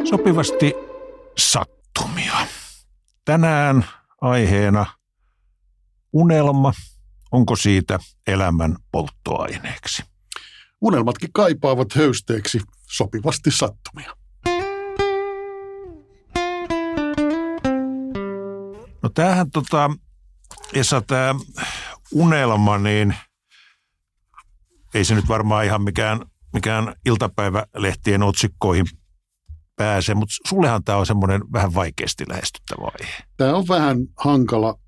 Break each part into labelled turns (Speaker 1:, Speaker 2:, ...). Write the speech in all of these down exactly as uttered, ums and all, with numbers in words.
Speaker 1: Sopivasti sattumia. Tänään aiheena unelma. Onko siitä elämän polttoaineeksi?
Speaker 2: Unelmatkin kaipaavat höysteeksi sopivasti sattumia.
Speaker 1: No tämähän tota, Esa, tämä unelma, niin ei se nyt varmaan ihan mikään, mikään iltapäivälehtien otsikkoihin pääse, mutta sullehan tämä on semmoinen vähän vaikeasti lähestyttävä aihe.
Speaker 2: Tämä on vähän hankala,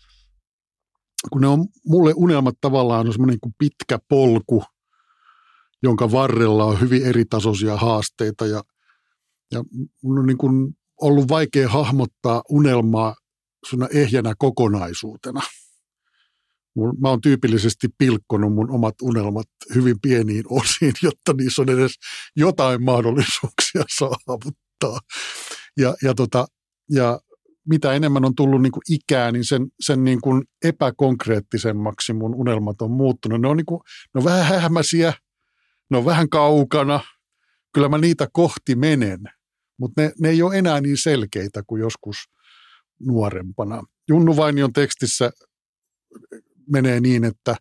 Speaker 2: kun ne on, mulle unelmat tavallaan on semmoinen kuin pitkä polku, jonka varrella on hyvin eritasoisia haasteita ja, ja mun on niin kuin ollut vaikea hahmottaa unelmaa semmoinen ehjänä kokonaisuutena. Mä oon tyypillisesti pilkkonut mun omat unelmat hyvin pieniin osiin, jotta niissä on edes jotain mahdollisuuksia saavuttaa. Ja, ja, tota, ja mitä enemmän on tullut niin kuin ikää, niin sen, sen niin kuin epäkonkreettisemmaksi mun unelmat on muuttunut. Ne on, niin kuin, ne on vähän hähmäisiä, ne on vähän kaukana. Kyllä mä niitä kohti menen, mutta ne, ne ei ole enää niin selkeitä kuin joskus nuorempana. Junnu Vainion tekstissä menee niin, että,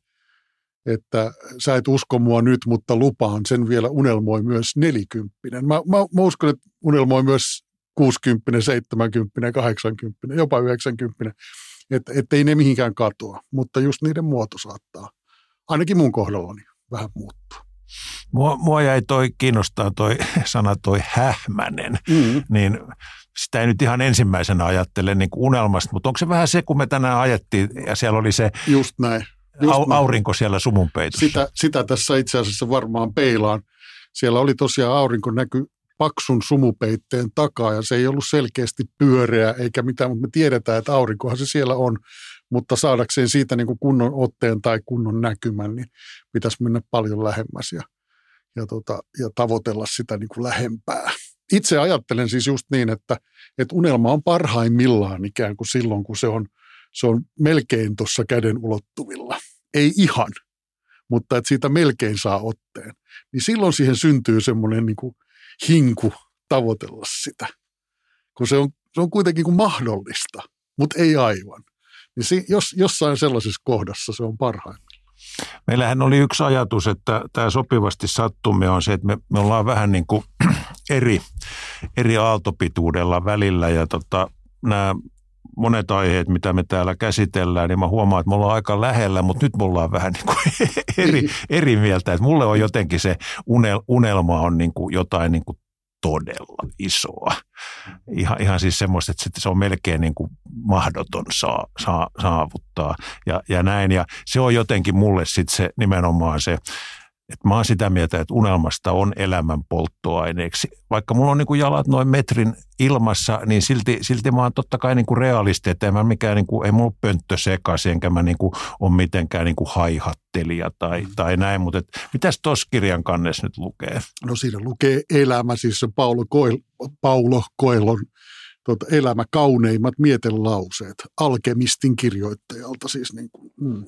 Speaker 2: että sä et usko mua nyt, mutta lupaan, sen vielä unelmoi myös nelikymppinen. Mä, mä, mä uskon, että unelmoi myös kuusikymppinen, seitsemänkymppinen, kahdeksankymppinen, jopa yhdeksänkymppinen, että et ei ne mihinkään katoa, mutta just niiden muoto saattaa, ainakin mun kohdallani, vähän muuttua.
Speaker 1: Mua, mua jäi toi kiinnostaa toi sana toi hähmänen, mm-hmm. niin sitä ei nyt ihan ensimmäisenä ajattele niin kuin unelmasta, mutta onko se vähän se, kun me tänään ajettiin ja siellä oli se
Speaker 2: just näin, just
Speaker 1: au, aurinko siellä sumunpeitossa?
Speaker 2: Sitä, sitä tässä itse asiassa varmaan peilaan. Siellä oli tosiaan aurinko näky paksun sumupeitteen takaa ja se ei ollut selkeästi pyöreä eikä mitään, mutta me tiedetään, että aurinkohan se siellä on, mutta saadakseen siitä niin kuin kunnon otteen tai kunnon näkymän, niin pitäisi mennä paljon lähemmäs ja, ja, tota, ja tavoitella sitä niin kuin lähempää. Itse ajattelen siis just niin, että, että unelma on parhaimmillaan ikään kuin silloin, kun se on, se on melkein tuossa käden ulottuvilla. Ei ihan, mutta että siitä melkein saa otteen. Niin silloin siihen syntyy semmoinen niin kuin hinku tavoitella sitä, kun se on, se on kuitenkin kuin mahdollista, mutta ei aivan. Niin si, jos, jossain sellaisessa kohdassa se on parhaimmillaan.
Speaker 1: Meillähän oli yksi ajatus, että tämä sopivasti sattumia on se, että me, me ollaan vähän niin kuin eri, eri aaltopituudella välillä ja tota, nämä monet aiheet, mitä me täällä käsitellään, niin mä huomaan, että me ollaan aika lähellä, mutta nyt me ollaan vähän niin kuin eri, eri mieltä. Että mulle on jotenkin se unel, unelma on niin kuin jotain niin kuin todella isoa. Ihan, ihan siis semmoista, että se on melkein niin kuin mahdoton saa, saa, saavuttaa ja, ja näin. Ja se on jotenkin mulle sitten se nimenomaan se, että mä oon sitä mieltä, että unelmasta on elämän polttoaineeksi. Vaikka mulla on niin kuin jalat noin metrin ilmassa, niin silti, silti mä oon totta kai niin kuin realisti, että ei, mä mikään, niin kuin, ei mulla ole pönttö sekaisin, enkä mä niin kuin ole mitenkään niin kuin haihattelija tai, mm. tai näin. Mutta et, mitäs tuossa kirjan kannessa nyt lukee?
Speaker 2: No siinä lukee elämä, siis se Paulo, Koel, Paulo Coelhon tuota, elämä, kauneimmat mietelauseet, alkemistin kirjoittajalta siis niin kuin, mm.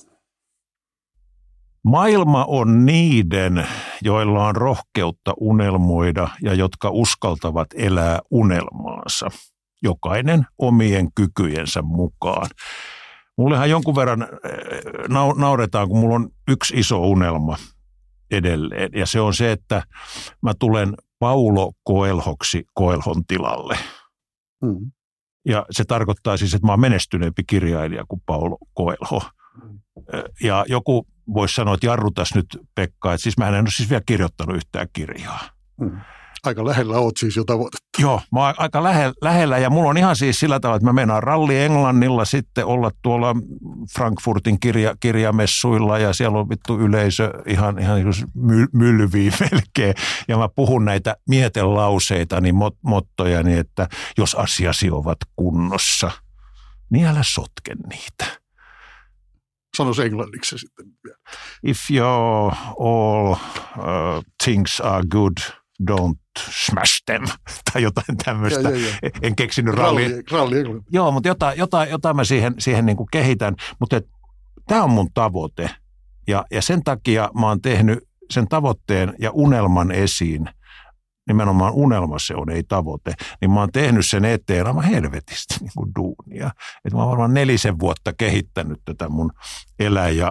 Speaker 1: Maailma on niiden, joilla on rohkeutta unelmoida ja jotka uskaltavat elää unelmaansa. Jokainen omien kykyjensä mukaan. Mullehan jonkun verran nauretaan, kun mulla on yksi iso unelma edelleen. Ja se on se, että mä tulen Paulo Coelhoksi Coelhon tilalle. Mm. Ja se tarkoittaa siis, että mä oon menestyneempi kirjailija kuin Paulo Coelho. Mm. Ja joku voisi sanoa, että jarrutas nyt Pekka, että siis mä en ole siis vielä kirjoittanut yhtään kirjaa.
Speaker 2: Hmm. Aika lähellä oot siis jo tavoitetta.
Speaker 1: Joo, mä oon aika lähellä, lähellä ja mulla on ihan siis sillä tavalla, että mä meinaan ralli Englannilla sitten olla tuolla Frankfurtin kirja, kirjamessuilla ja siellä on vittu yleisö ihan, ihan my, mylviä melkein. Ja mä puhun näitä mietelauseita, niin mot, mottoja, niin että jos asiasi ovat kunnossa, niin älä sotke niitä.
Speaker 2: Sano se englanniksi sitten vielä.
Speaker 1: If your all uh, things are good, don't smash them. Tai jotain tämmöistä. Ja, ja, ja. En keksinyt ralli.
Speaker 2: Ralli, ralli
Speaker 1: Joo, mutta jotain, jotain, jotain mä siihen, siihen niin kuin kehitän. Mutta tämä on mun tavoite. Ja, ja sen takia mä oon tehnyt sen tavoitteen ja unelman esiin nimenomaan unelma se on, ei tavoite, niin mä oon tehnyt sen eteen aivan helvetisti niin kuin duunia. Et mä oon varmaan nelisen vuotta kehittänyt tätä mun elä ja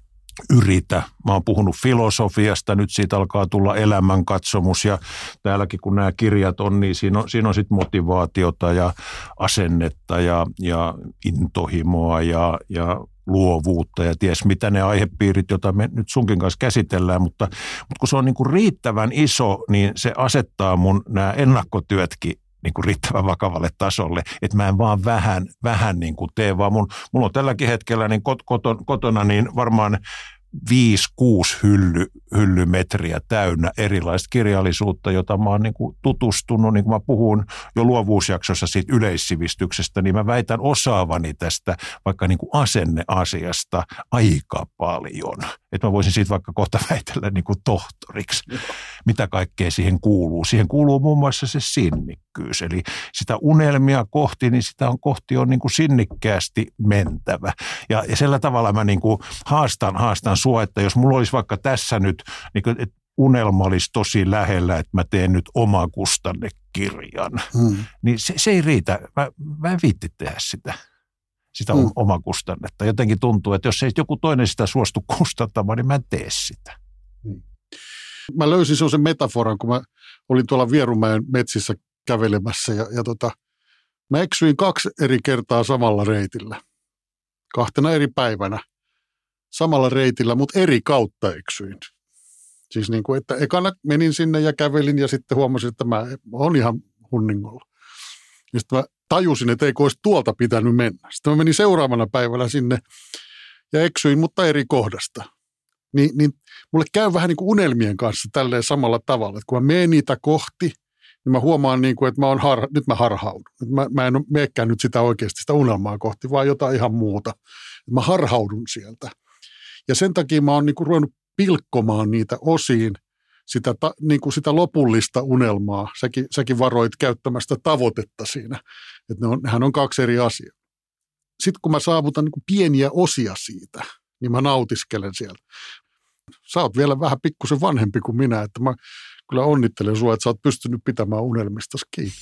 Speaker 1: yritä. Mä oon puhunut filosofiasta, nyt siitä alkaa tulla elämänkatsomus ja täälläkin kun nämä kirjat on, niin siinä on, siinä on sitten motivaatiota ja asennetta ja, ja intohimoa ja, ja luovuutta ja ties mitä ne aihepiirit, joita me nyt sunkin kanssa käsitellään, mutta, mutta kun se on niin kuin riittävän iso, niin se asettaa mun nämä ennakkotyötkin niin kuin riittävän vakavalle tasolle, että mä en vaan vähän, vähän niin kuin tee, vaan mun, mulla on tälläkin hetkellä niin kot, koton, kotona niin varmaan viisi, kuusi hylly, hyllymetriä täynnä erilaista kirjallisuutta, jota mä oon niin kuin tutustunut, niin kuin mä puhun jo luovuusjaksossa siitä yleissivistyksestä, niin mä väitän osaavani tästä vaikka niin kuin asenneasiasta aika paljon. Että mä voisin siitä vaikka kohta väitellä niin kuin tohtoriksi. Mitä kaikkea siihen kuuluu? Siihen kuuluu muun muassa se sinnikkyys. Eli sitä unelmia kohti, niin sitä on kohti on niin kuin sinnikkäästi mentävä. Ja, ja sillä tavalla mä niin kuin haastan, haastan sua, että jos mulla olisi vaikka tässä nyt, niin kuin, että unelma olisi tosi lähellä, että mä teen nyt omakustannekirjan, hmm. niin se, se ei riitä. Mä, mä en viitti tehdä sitä. sitä hmm. omakustannetta. Jotenkin tuntuu, että jos ei joku toinen sitä suostu kustantamaan, niin mä en tee sitä.
Speaker 2: Hmm. Mä löysin sellaisen metaforan, kun mä olin tuolla Vierumäen metsissä kävelemässä ja, ja tota, mä eksyin kaksi eri kertaa samalla reitillä. Kahtena eri päivänä samalla reitillä, mutta eri kautta eksyin. Siis niin kuin, että ekana menin sinne ja kävelin ja sitten huomasin, että mä oon ihan hunningolla. Ja sitten mä tajusin, että eikö olisi tuolta pitänyt mennä. Sitten mä menin seuraavana päivänä sinne ja eksyin, mutta eri kohdasta. Niin, niin mulle käy vähän niin kuin unelmien kanssa tälleen samalla tavalla, että kun mä menen niitä kohti, niin mä huomaan, niin kuin, että mä oon har, nyt mä harhaudun. Mä, mä en meekään nyt sitä oikeasti sitä unelmaa kohti, vaan jotain ihan muuta. Mä harhaudun sieltä. Ja sen takia mä oon niin kuin ruvennut pilkkomaan niitä osiin, sitä, niin kuin sitä lopullista unelmaa. Säkin, säkin varoit käyttämästä tavoitetta siinä, että ne on, nehän on kaksi eri asiaa. Sitten kun mä saavutan niin kuin pieniä osia siitä, niin mä nautiskelen sieltä. Sä oot vielä vähän pikkusen vanhempi kuin minä, että mä kyllä onnittelen sua, että sä oot pystynyt pitämään unelmistasi kiinni.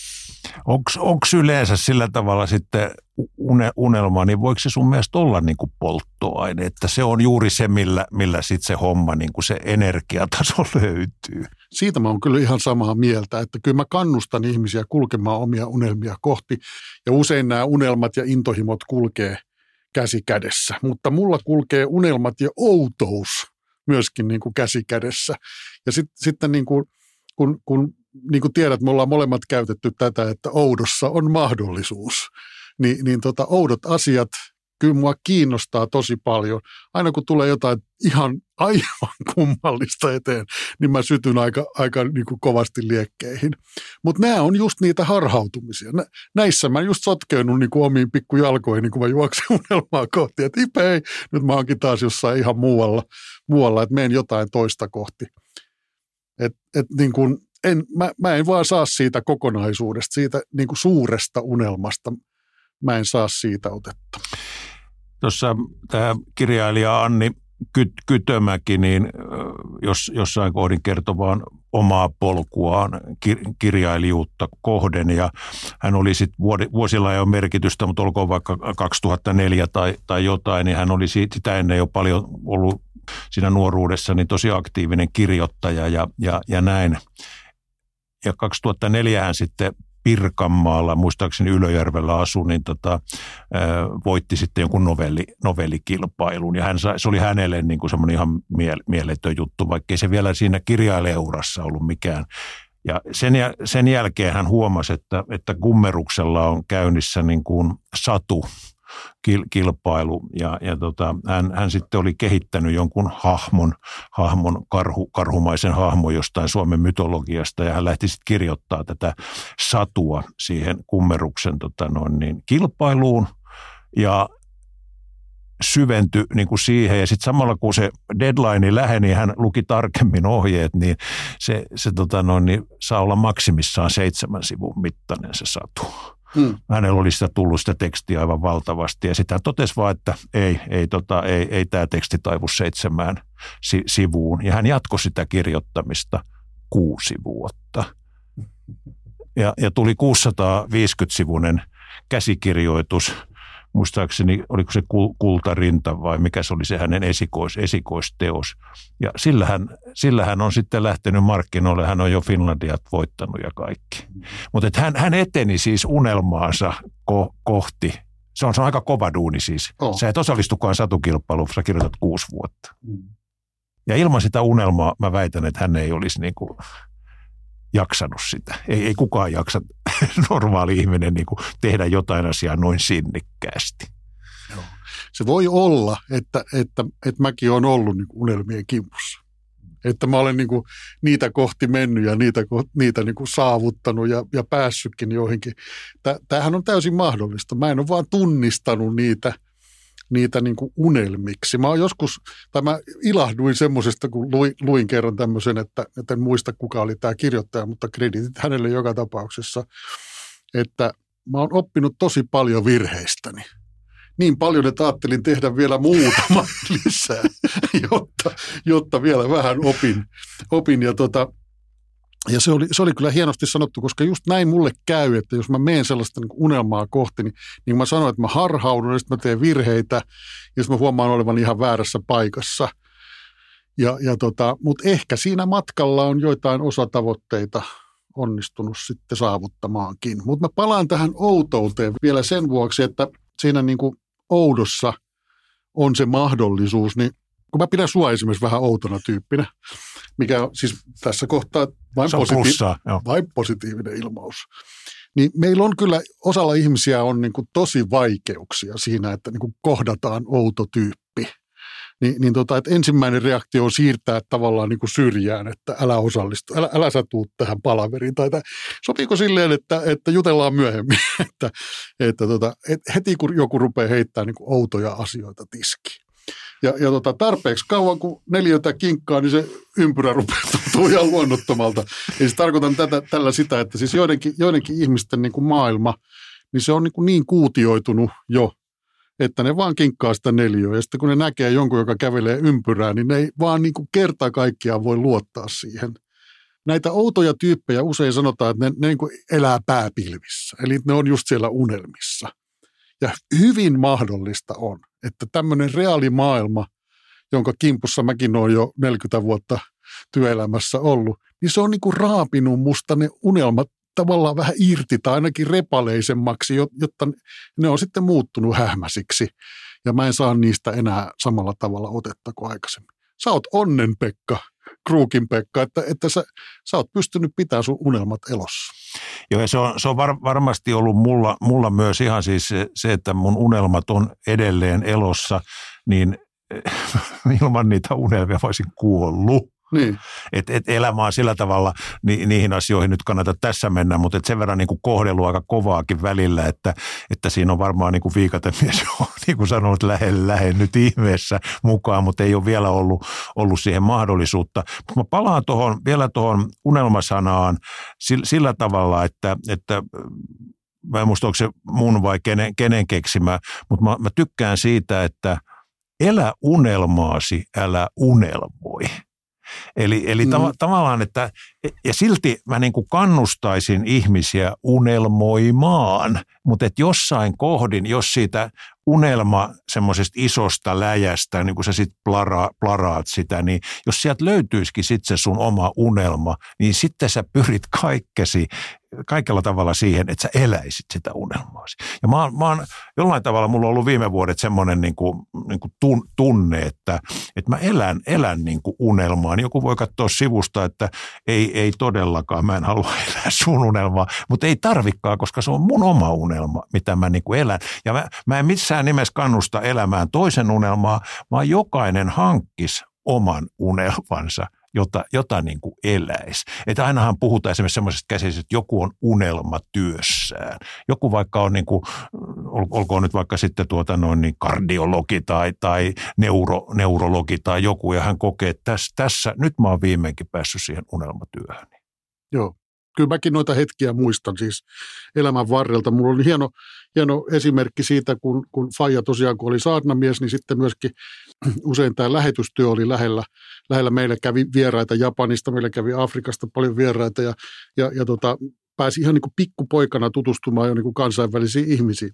Speaker 1: Onko yleensä sillä tavalla sitten unelma, niin voiko se sun mielestä olla niin kuin polttoaine, että se on juuri se, millä, millä sitten se homma, niin kuin se energiataso löytyy?
Speaker 2: Siitä mä oon kyllä ihan samaa mieltä, että kyllä mä kannustan ihmisiä kulkemaan omia unelmia kohti ja usein nämä unelmat ja intohimot kulkee käsi kädessä, mutta mulla kulkee unelmat ja outous myöskin niin kuin käsi kädessä. Ja sit, sitten niin kuin, kun, kun niin kuin tiedät, me ollaan molemmat käytetty tätä, että oudossa on mahdollisuus, niin, niin tota, oudot asiat kyllä mua kiinnostaa tosi paljon. Aina kun tulee jotain ihan aivan kummallista eteen, niin mä sytyn aika, aika niin kuin kovasti liekkeihin. Mutta nämä on just niitä harhautumisia. Nä, näissä mä just sotkeudun niin kuin omiin pikkujalkoihin, niin kuin mä juoksen unelmaa kohti, että ipei, nyt mä oonkin taas jossain ihan muualla, muualla että menen jotain toista kohti. Et, et niin kuin En, mä, mä en vaan saa siitä kokonaisuudesta, siitä niin kuin suuresta unelmasta, mä en saa siitä otetta.
Speaker 1: Tuossa tämä kirjailija Anni Kytömäki, niin jos jossain kohdin kertoi vaan omaa polkuaan kirjailijuutta kohden, ja hän oli sitten vuosilla jo merkitystä, mutta olkoon vaikka kaksituhattaneljä tai, tai jotain, niin hän oli sitä ennen jo paljon ollut siinä nuoruudessa niin tosi aktiivinen kirjoittaja ja, ja, ja näin. Ja kaksituhattaneljä hän sitten Pirkanmaalla, muistaakseni Ylöjärvellä asui, niin tota, voitti sitten jonkun novelli, novellikilpailun. Ja hän sai, se oli hänelle niin kuin semmoinen ihan miele, mieletön juttu, vaikkei se vielä siinä kirjailijaurassa ollut mikään. Ja sen, sen jälkeen hän huomasi, että, että Gummeruksella on käynnissä niin kuin satu, kilpailu ja, ja tota, hän, hän sitten oli kehittänyt jonkun hahmon, hahmon karhu, karhumaisen hahmon jostain Suomen mytologiasta ja hän lähti sitten kirjoittaa tätä satua siihen Kummeruksen tota noin, niin, kilpailuun ja syventyi niin kuin siihen ja sitten samalla kun se deadline läheni, hän luki tarkemmin ohjeet, niin se, se tota noin, niin, saa olla maksimissaan seitsemän sivun mittainen se satu. Hmm. Hänellä oli sitä tullut sitä tekstiä aivan valtavasti ja sitä totesi vaan, että ei, ei, tota, ei, ei tämä teksti taivu seitsemään si- sivuun. Ja hän jatkoi sitä kirjoittamista kuusi vuotta. Ja, ja tuli kuusisataaviisikymmentä-sivuinen käsikirjoitus, muistaakseni oliko se Kultarinta vai mikä se oli se hänen esikois, esikoisteos. Ja sillähän, sillähän on sitten lähtenyt markkinoille, hän on jo Finlandiat voittanut ja kaikki. Mutta hän, hän eteni siis unelmaansa ko, kohti. Se on, se on aika kova duuni siis. Oh. Sä et osallistukaan satukilpailuun, sä kirjoitat kuusi vuotta. Mm. Ja ilman sitä unelmaa mä väitän, että hän ei olisi niinku jaksanut sitä. Ei, ei kukaan jaksa normaali ihminen niinku tehdä jotain asiaa noin sinnikkäästi.
Speaker 2: Joo. Se voi olla, että, että, että mäkin olen ollut niinku unelmien kimpussa. Että mä olen niinku niitä kohti mennyt ja niitä, niitä niinku saavuttanut ja, ja päässytkin joihinkin. Tämähän on täysin mahdollista. Mä en ole vaan tunnistanut niitä, niitä niinku unelmiksi. Mä oon joskus, tai mä ilahduin semmoisesta, kun luin, luin kerran tämmöisen, että, että en muista kuka oli tämä kirjoittaja, mutta kreditit hänelle joka tapauksessa, että mä oon oppinut tosi paljon virheistäni. Niin paljon, että ajattelin tehdä vielä muutama lisää, jotta, jotta vielä vähän opin. opin. Ja, tota, ja se, oli, se oli kyllä hienosti sanottu, koska just näin mulle käy, että jos mä menen sellaista niin unelmaa kohti, niin, niin mä sanoin, että mä harhaudun ja sitten mä teen virheitä, ja sitten mä huomaan olevan ihan väärässä paikassa. Ja, ja tota, mutta ehkä siinä matkalla on joitain osatavoitteita onnistunut sitten saavuttamaankin. Mutta mä palaan tähän outouteen vielä sen vuoksi, että siinä niin kuin oudossa on se mahdollisuus, niin kun mä pidän sua esimerkiksi vähän outona tyyppinä, mikä on siis tässä kohtaa vain, positi- plussaa, vain positiivinen ilmaus, niin meillä on kyllä, osalla ihmisiä on niin kuin tosi vaikeuksia siinä, että niin kuin kohdataan outo tyyppi. Ni, niin tota, että ensimmäinen reaktio on siirtää tavallaan niin kuin syrjään, että älä osallistu, älä, älä sä tuu tähän palaveriin. Tai että, sopiiko silleen, että, että jutellaan myöhemmin, että, että tota, et heti kun joku rupeaa heittämään niin kuin outoja asioita tiskiin. Ja, ja tota, tarpeeksi kauan, kun neliötä kinkkaa, niin se ympyrä rupeaa tuntua ihan luonnottomalta. Eli siis tarkoitan tätä, tällä sitä, että siis joidenkin, joidenkin ihmisten niin kuin maailma, niin se on niin, kuin niin kuutioitunut jo, että ne vaan kinkkaa sitä neliöä. Ja sitten kun ne näkee jonkun, joka kävelee ympyrää, niin ne ei vaan niin kuin kerta kaikkiaan voi luottaa siihen. Näitä outoja tyyppejä usein sanotaan, että ne, ne niin kuin elää pääpilvissä. Eli ne on just siellä unelmissa. Ja hyvin mahdollista on, että tämmöinen reaalimaailma, jonka kimpussa mäkin olen jo neljäkymmentä vuotta työelämässä ollut, niin se on niin kuin raapinut musta ne unelmat tavallaan vähän irti tai ainakin repaleisemmaksi, jotta ne on sitten muuttunut hähmäsiksi. Ja mä en saa niistä enää samalla tavalla otetta kuin aikaisemmin. Sä oot onnen Pekka, Kruukin Pekka, että, että sä, sä oot pystynyt pitämään sun unelmat elossa.
Speaker 1: Joo, ja se on, se on var, varmasti ollut mulla, mulla myös ihan siis se, se, että mun unelmat on edelleen elossa, niin ilman niitä unelmia mä olisin kuollut. Niin. Että et elämä on sillä tavalla, ni, niihin asioihin nyt kannata tässä mennä, mutta et sen verran niin kuin kohdellut aika kovaakin välillä, että, että siinä on varmaan niin kuin viikatemies jo, niin kuin sanonut, lähde, lähde nyt ihmeessä mukaan, mutta ei ole vielä ollut, ollut siihen mahdollisuutta. Mutta mä palaan tohon, vielä tuohon unelmasanaan sillä, sillä tavalla, että, että mä en muista, onko se mun vai kenen, kenen keksimä, mutta mä, mä tykkään siitä, että elä unelmaasi, älä unelmoi. Eli, eli mm. tav- tavallaan, että ja silti mä niin kuin kannustaisin ihmisiä unelmoimaan, mutta että jossain kohdin, jos siitä unelma semmoisesta isosta läjästä, niin kuin sä sitten plara, plaraat sitä, niin jos sieltä löytyisikin sitten se sun oma unelma, niin sitten sä pyrit kaikkesi, kaikella tavalla siihen, että sä eläisit sitä unelmaasi. Ja mä oon, mä oon jollain tavalla, mulla on ollut viime vuodet semmoinen niin kuin, niin kuin tunne, että, että mä elän, elän niin kuin unelmaa. Niin joku voi katsoa sivusta, että ei, ei todellakaan, mä en halua elää sun unelmaa, mutta ei tarvikaan, koska se on mun oma unelma, mitä mä niin kuin elän. Ja mä, mä en missään nimessä kannusta elämään toisen unelmaa, vaan jokainen hankkisi oman unelmansa, jota, jota niin kuin eläisi. Että ainahan puhutaan esimerkiksi semmoisesta käsitteestä, että joku on unelmatyössään. Joku vaikka on, niin kuin, olkoon nyt vaikka sitten tuota noin niin kardiologi tai, tai neuro, neurologi tai joku, ja hän kokee, että tässä, tässä nyt mä oon viimeinkin päässyt siihen unelmatyöhön.
Speaker 2: Joo. Kyllä mäkin noita hetkiä muistan siis elämän varrelta. Mulla oli hieno, hieno esimerkki siitä, kun, kun faija tosiaan, kun oli saarnamies, niin sitten myöskin usein tämä lähetystyö oli lähellä. Lähellä meillä kävi vieraita Japanista, meillä kävi Afrikasta paljon vieraita ja, ja, ja tota, pääsi ihan niin kuin pikkupoikana tutustumaan jo niin kuin kansainvälisiin ihmisiin.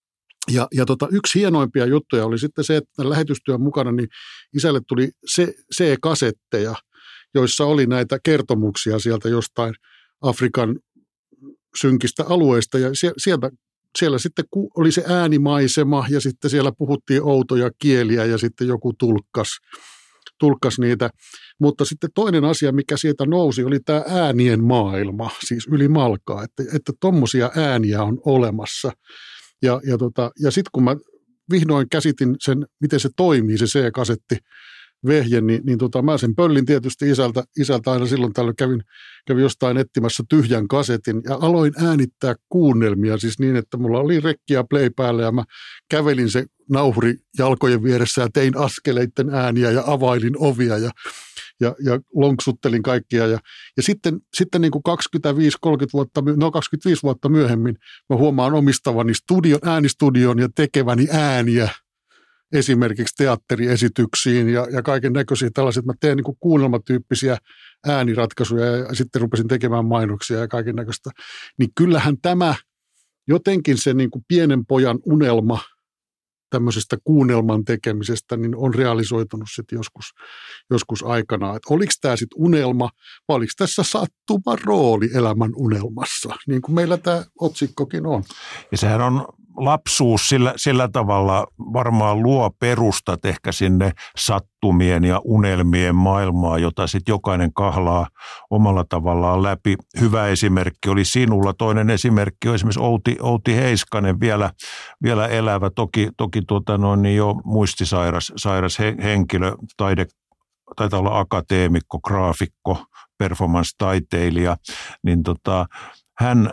Speaker 2: Ja, ja tota, yksi hienoimpia juttuja oli sitten se, että lähetystyön mukana niin isälle tuli C-kasetteja, joissa oli näitä kertomuksia sieltä jostain Afrikan synkistä alueista ja sieltä, siellä sitten oli se äänimaisema ja sitten siellä puhuttiin outoja kieliä ja sitten joku tulkkas, tulkkas niitä. Mutta sitten toinen asia, mikä sieltä nousi, oli tämä äänien maailma, siis yli malkaa, että, että tommosia ääniä on olemassa. Ja, ja, tota, ja sitten kun mä vihdoin käsitin sen, miten se toimii, se C-kasetti, vehje, niin, niin tota, mä sen pöllin tietysti isältä, isältä aina silloin tällöin kävin, kävin jostain etsimässä tyhjän kasetin ja aloin äänittää kuunnelmia siis niin, että mulla oli rekki ja play päällä ja mä kävelin se nauhuri jalkojen vieressä ja tein askeleiden ääniä ja availin ovia ja, ja, ja lonksuttelin kaikkia ja, ja sitten, sitten niin kuin kaksikymmentäviisi kolmekymmentä vuotta, no kaksikymmentäviisi vuotta myöhemmin mä huomaan omistavani studion, äänistudion ja tekeväni ääniä esimerkiksi teatteriesityksiin ja, ja kaiken näköisiä tällaiset. Mä teen niin kuin kuunnelmatyyppisiä ääniratkaisuja ja, ja sitten rupesin tekemään mainoksia ja kaiken näköistä. Niin kyllähän tämä jotenkin se niin kuin pienen pojan unelma tämmöisestä kuunnelman tekemisestä niin on realisoitunut sitten joskus, joskus aikanaan. Et oliko tämä sitten unelma vai oliko tässä sattuma rooli elämän unelmassa, niin kuin meillä tämä otsikkokin on.
Speaker 1: Ja sehän on lapsuus sillä, sillä tavalla varmaan luo perustat ehkä sinne sattumien ja unelmien maailmaa, jota sitten jokainen kahlaa omalla tavallaan läpi. Hyvä esimerkki oli sinulla. Toinen esimerkki on esimerkiksi Outi, Outi Heiskanen, vielä, vielä elävä, toki, toki tuota noin, niin jo muistisairas sairas henkilö, taide, taitaa olla akateemikko, graafikko, performance-taiteilija, niin tota, hän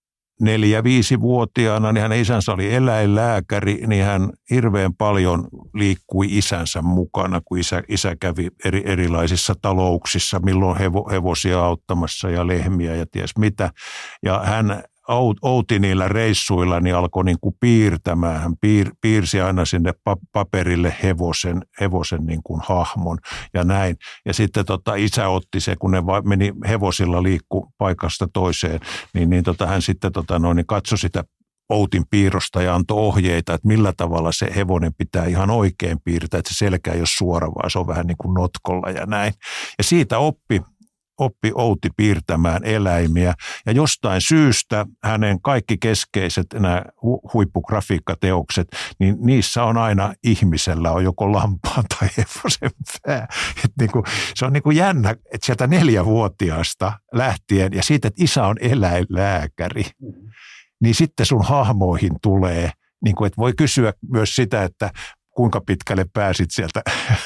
Speaker 1: neljä-viisivuotiaana, niin hänen isänsä oli eläinlääkäri, niin hän hirveän paljon liikkui isänsä mukana, kun isä, isä kävi eri, erilaisissa talouksissa, milloin hevo, hevosia auttamassa ja lehmiä ja ties mitä. Ja hän Outi niillä reissuilla niin alkoi niin kuin piirtämään. Hän piir, piirsi aina sinne paperille hevosen, hevosen niin kuin hahmon ja näin. Ja sitten tota, isä otti se, kun ne meni hevosilla liikku paikasta toiseen, niin, niin tota, hän sitten tota, noin, niin katsoi sitä Outin piirrosta ja antoi ohjeita, että millä tavalla se hevonen pitää ihan oikein piirtää, että se selkä ei ole suora, vaan se on vähän niin kuin notkolla ja näin. Ja siitä oppi. oppi Outi piirtämään eläimiä ja jostain syystä hänen kaikki keskeiset nämä hu- huippugrafiikkateokset, niin niissä on aina ihmisellä on joko lampaan tai hevosen pää. Et niin kuin, se on niin kuin jännä, että sieltä neljävuotiaasta lähtien ja siitä, että isä on eläinlääkäri, niin sitten sun hahmoihin tulee, niin kuin, että voi kysyä myös sitä, että kuinka pitkälle pääsit sieltä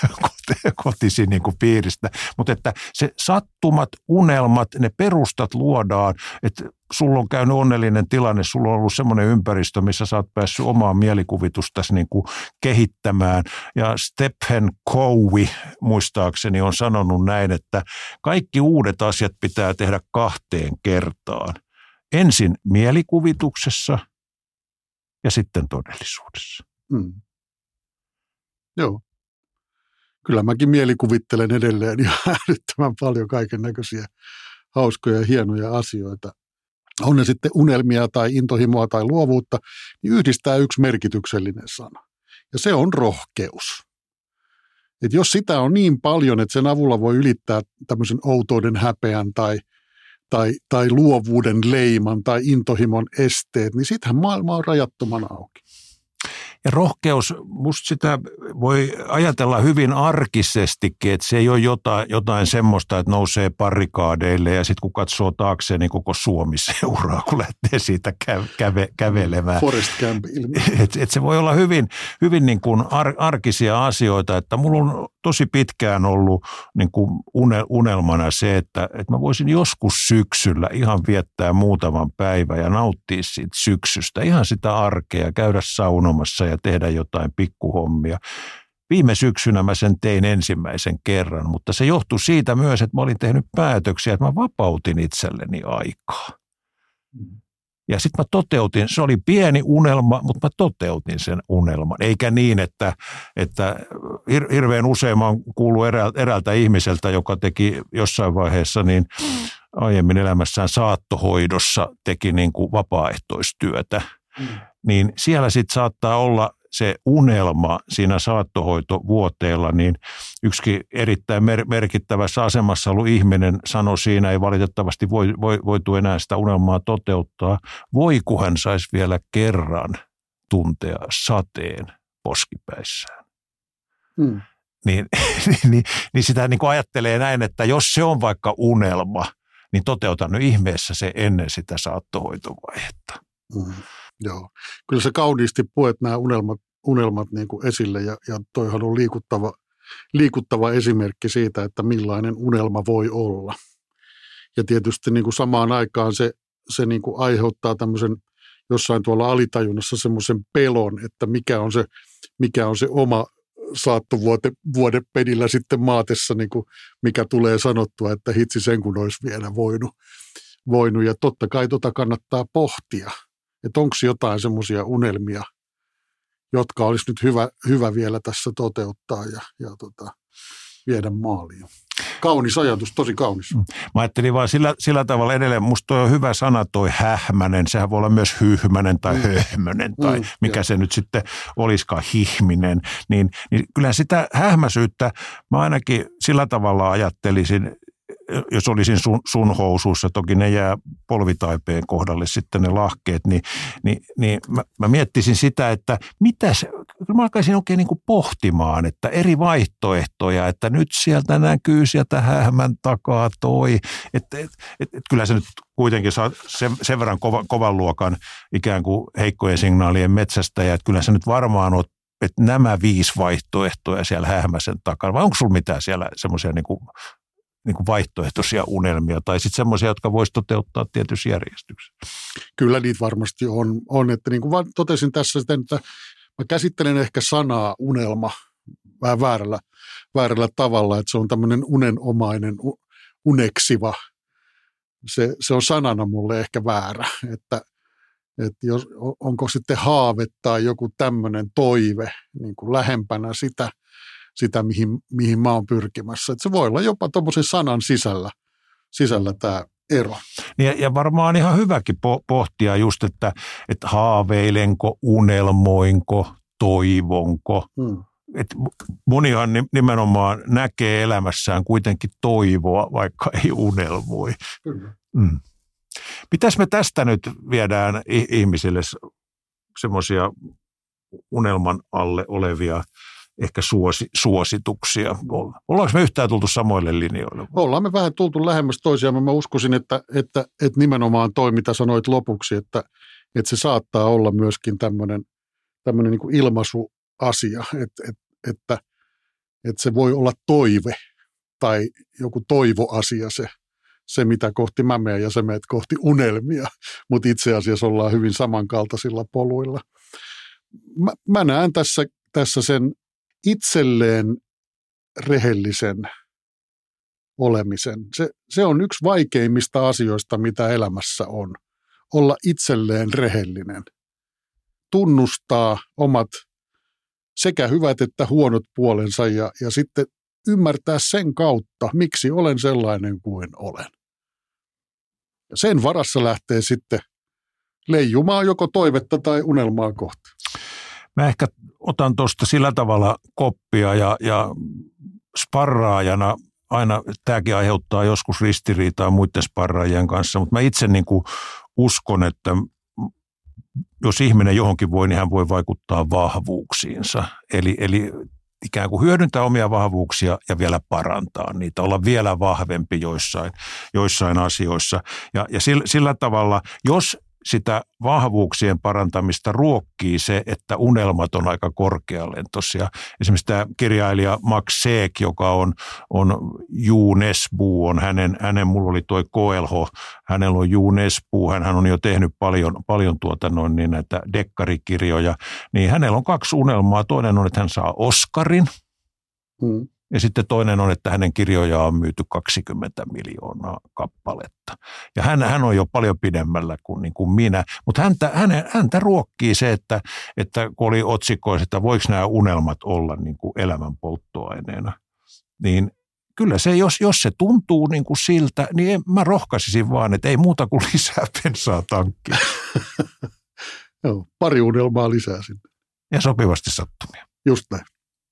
Speaker 1: kotisi niin kuin piiristä. Mutta että se sattumat, unelmat, ne perustat luodaan, että sulla on käynyt onnellinen tilanne, sulla on ollut semmoinen ympäristö, missä sä oot päässyt omaa mielikuvitustasi niin kuin kehittämään. Ja Stephen Covey muistaakseni on sanonut näin, että kaikki uudet asiat pitää tehdä kahteen kertaan. Ensin mielikuvituksessa ja sitten todellisuudessa.
Speaker 2: Hmm. Joo. Kyllä mäkin mielikuvittelen edelleen ja äärettömän paljon kaiken näköisiä hauskoja ja hienoja asioita. On ne sitten unelmia tai intohimoa tai luovuutta, niin yhdistää yksi merkityksellinen sana. Ja se on rohkeus. Et jos sitä on niin paljon, että sen avulla voi ylittää tämmöisen outouden häpeän tai, tai, tai luovuuden leiman tai intohimon esteet, niin sittenhän maailma on rajattoman auki.
Speaker 1: Ja rohkeus, musta sitä voi ajatella hyvin arkisestikin, että se ei ole jotain, jotain semmoista, että nousee barrikaadeille ja sitten kun katsoo taakseen, niin koko Suomi seuraa, kun lähtee siitä käve, kävelemään.
Speaker 2: Forest Camp ilmiö.
Speaker 1: Et, et se voi olla hyvin, hyvin niin kuin ar, arkisia asioita, että mulla on tosi pitkään ollut niin kuin unelmana se, että, että mä voisin joskus syksyllä ihan viettää muutaman päivän ja nauttia siitä syksystä, ihan sitä arkea, käydä saunomassa ja tehdä jotain pikkuhommia. Viime syksynä mä sen tein ensimmäisen kerran, mutta se johtui siitä myös, että mä olin tehnyt päätöksiä, että mä vapautin itselleni aikaa. Ja sitten mä toteutin, se oli pieni unelma, mutta mä toteutin sen unelman. Eikä niin, että, että hir- hirveän usein mä oon kuullut eräältä, eräältä ihmiseltä, joka teki jossain vaiheessa niin aiemmin elämässään saattohoidossa teki niin kuin vapaaehtoistyötä. Mm. Niin siellä sitten saattaa olla se unelma siinä saattohoitovuoteella, niin yksikin erittäin mer- merkittävässä asemassa ollut ihminen sanoi siinä, ei valitettavasti voi, voi, voitu enää sitä unelmaa toteuttaa. Voi kun hän saisi vielä kerran tuntea sateen poskipäissään. Mm. Niin, niin, niin sitä niin kuin ajattelee näin, että jos se on vaikka unelma, niin toteuta nyt ihmeessä se ennen sitä saattohoitovaihetta.
Speaker 2: Mm. Joo, kyllä se kauniisti puet nämä unelmat, unelmat niin kuin esille ja, ja toihan on liikuttava, liikuttava esimerkki siitä, että millainen unelma voi olla. Ja tietysti niin kuin samaan aikaan se, se niin kuin aiheuttaa tämmöisen jossain tuolla alitajunnassa semmoisen pelon, että mikä on se, mikä on se oma saattovuodepedillä sitten maatessa, niin kuin mikä tulee sanottua, että hitsi sen kun olisi vielä voinut. voinut. Ja totta kai tota kannattaa pohtia. Että onko jotain semmoisia unelmia, jotka olisi nyt hyvä, hyvä vielä tässä toteuttaa ja, ja tota, viedä maaliin. Kaunis ajatus, tosi kaunis.
Speaker 1: Mä ajattelin vaan sillä, sillä tavalla edelleen, musta toi on hyvä sana toi hähmänen, sehän voi olla myös hyhmänen tai mm. höhmönen tai mm, mikä jo. se nyt sitten olisikaan hihminen. Niin, niin kyllä sitä hähmäisyyttä mä ainakin sillä tavalla ajattelisin, jos olisin sun, sun housuissa, toki ne jää polvitaipeen kohdalle sitten ne lahkeet, niin, niin, niin mä, mä miettisin sitä, että mitä se, mä alkaisin oikein niin kuin pohtimaan, että eri vaihtoehtoja, että nyt sieltä näkyy sieltä hähmän takaa toi, että et, et, et kyllä se nyt kuitenkin saa sen, sen verran kova, kovan luokan ikään kuin heikkojen signaalien metsästäjä, että kyllä se nyt varmaan on, että nämä viisi vaihtoehtoja siellä hähmäsen takana, vai onko sulla mitään siellä semmoisia niin kuin niin kuin vaihtoehtoisia unelmia tai sitten semmoisia, jotka voisi toteuttaa tietyssä järjestyksessä?
Speaker 2: Kyllä niitä varmasti on, on että niin kuin vaan totesin tässä sitten, että mä käsittelen ehkä sanaa unelma vähän väärällä, väärällä tavalla, että se on tämmöinen unenomainen, uneksiva. Se, se on sanana mulle ehkä väärä, että, että jos, onko sitten haave tai joku tämmöinen toive niin kuin lähempänä sitä, sitä, mihin, mihin mä oon pyrkimässä. Että se voi olla jopa tuommoisen sanan sisällä, sisällä tämä ero.
Speaker 1: Ja, ja varmaan ihan hyväkin po- pohtia just, että, että haaveilenko, unelmoinko, toivonko. Hmm. Et monihan nimenomaan näkee elämässään kuitenkin toivoa, vaikka ei unelmoi.
Speaker 2: Kyllä.
Speaker 1: Hmm. Mitäs me tästä nyt viedään ihmisille semmoisia unelman alle olevia ehkä suosi, suosituksia. Ollaanko me yhtään tultu samoille linjoille?
Speaker 2: Ollaan me vähän tultu lähemmäs toisiaan. Mä uskoisin, että, että, että nimenomaan toi, mitä sanoit lopuksi, että, että se saattaa olla myöskin tämmöinen, tämmöinen niin kuin ilmaisuasia, että, että, että, että se voi olla toive tai joku toivoasia se, se mitä kohti mä menen ja se meet kohti unelmia, mutta itse asiassa ollaan hyvin samankaltaisilla poluilla. Mä, mä näen tässä, tässä sen itselleen rehellisen olemisen. Se, se on yksi vaikeimmista asioista, mitä elämässä on. Olla itselleen rehellinen. Tunnustaa omat sekä hyvät että huonot puolensa ja, ja sitten ymmärtää sen kautta, miksi olen sellainen kuin olen. Ja sen varassa lähtee sitten leijumaan joko toivetta tai unelmaa kohti.
Speaker 1: Mä ehkä otan tuosta sillä tavalla koppia ja, ja sparraajana aina, tämäkin aiheuttaa joskus ristiriitaa muiden sparraajien kanssa, mutta mä itse niin kuin uskon, että jos ihminen johonkin voi, niin hän voi vaikuttaa vahvuuksiinsa. Eli, eli ikään kuin hyödyntää omia vahvuuksia ja vielä parantaa niitä, olla vielä vahvempi joissain, joissain asioissa. Ja, ja sillä, sillä tavalla, jos sitä vahvuuksien parantamista ruokkii se, että unelmat on aika korkealentoisia. Esimerkiksi tämä kirjailija Max Seek, joka on, on Ju Nesbø, on hänen, hänen, mulla oli toi Koelho, hänellä on Ju Nesbø, hän, hän on jo tehnyt paljon, paljon tuota noin, niin näitä dekkarikirjoja, niin hänellä on kaksi unelmaa. Toinen on, että hän saa Oscarin, mm. Ja sitten toinen on, että hänen kirjojaan on myyty kaksikymmentä miljoonaa kappaletta. Ja hän, hän on jo paljon pidemmällä kuin, niin kuin minä. Mutta häntä, häntä, häntä ruokkii se, että, että kun oli otsikoissa, että voiko nämä unelmat olla niin kuin elämän polttoaineena, niin kyllä se, jos, jos se tuntuu niin kuin siltä, niin mä rohkaisisin vaan, että ei muuta kuin lisää bensaa tankkiin.
Speaker 2: Joo, pari unelmaa lisää sinne.
Speaker 1: Ja sopivasti sattumia.
Speaker 2: Just näin.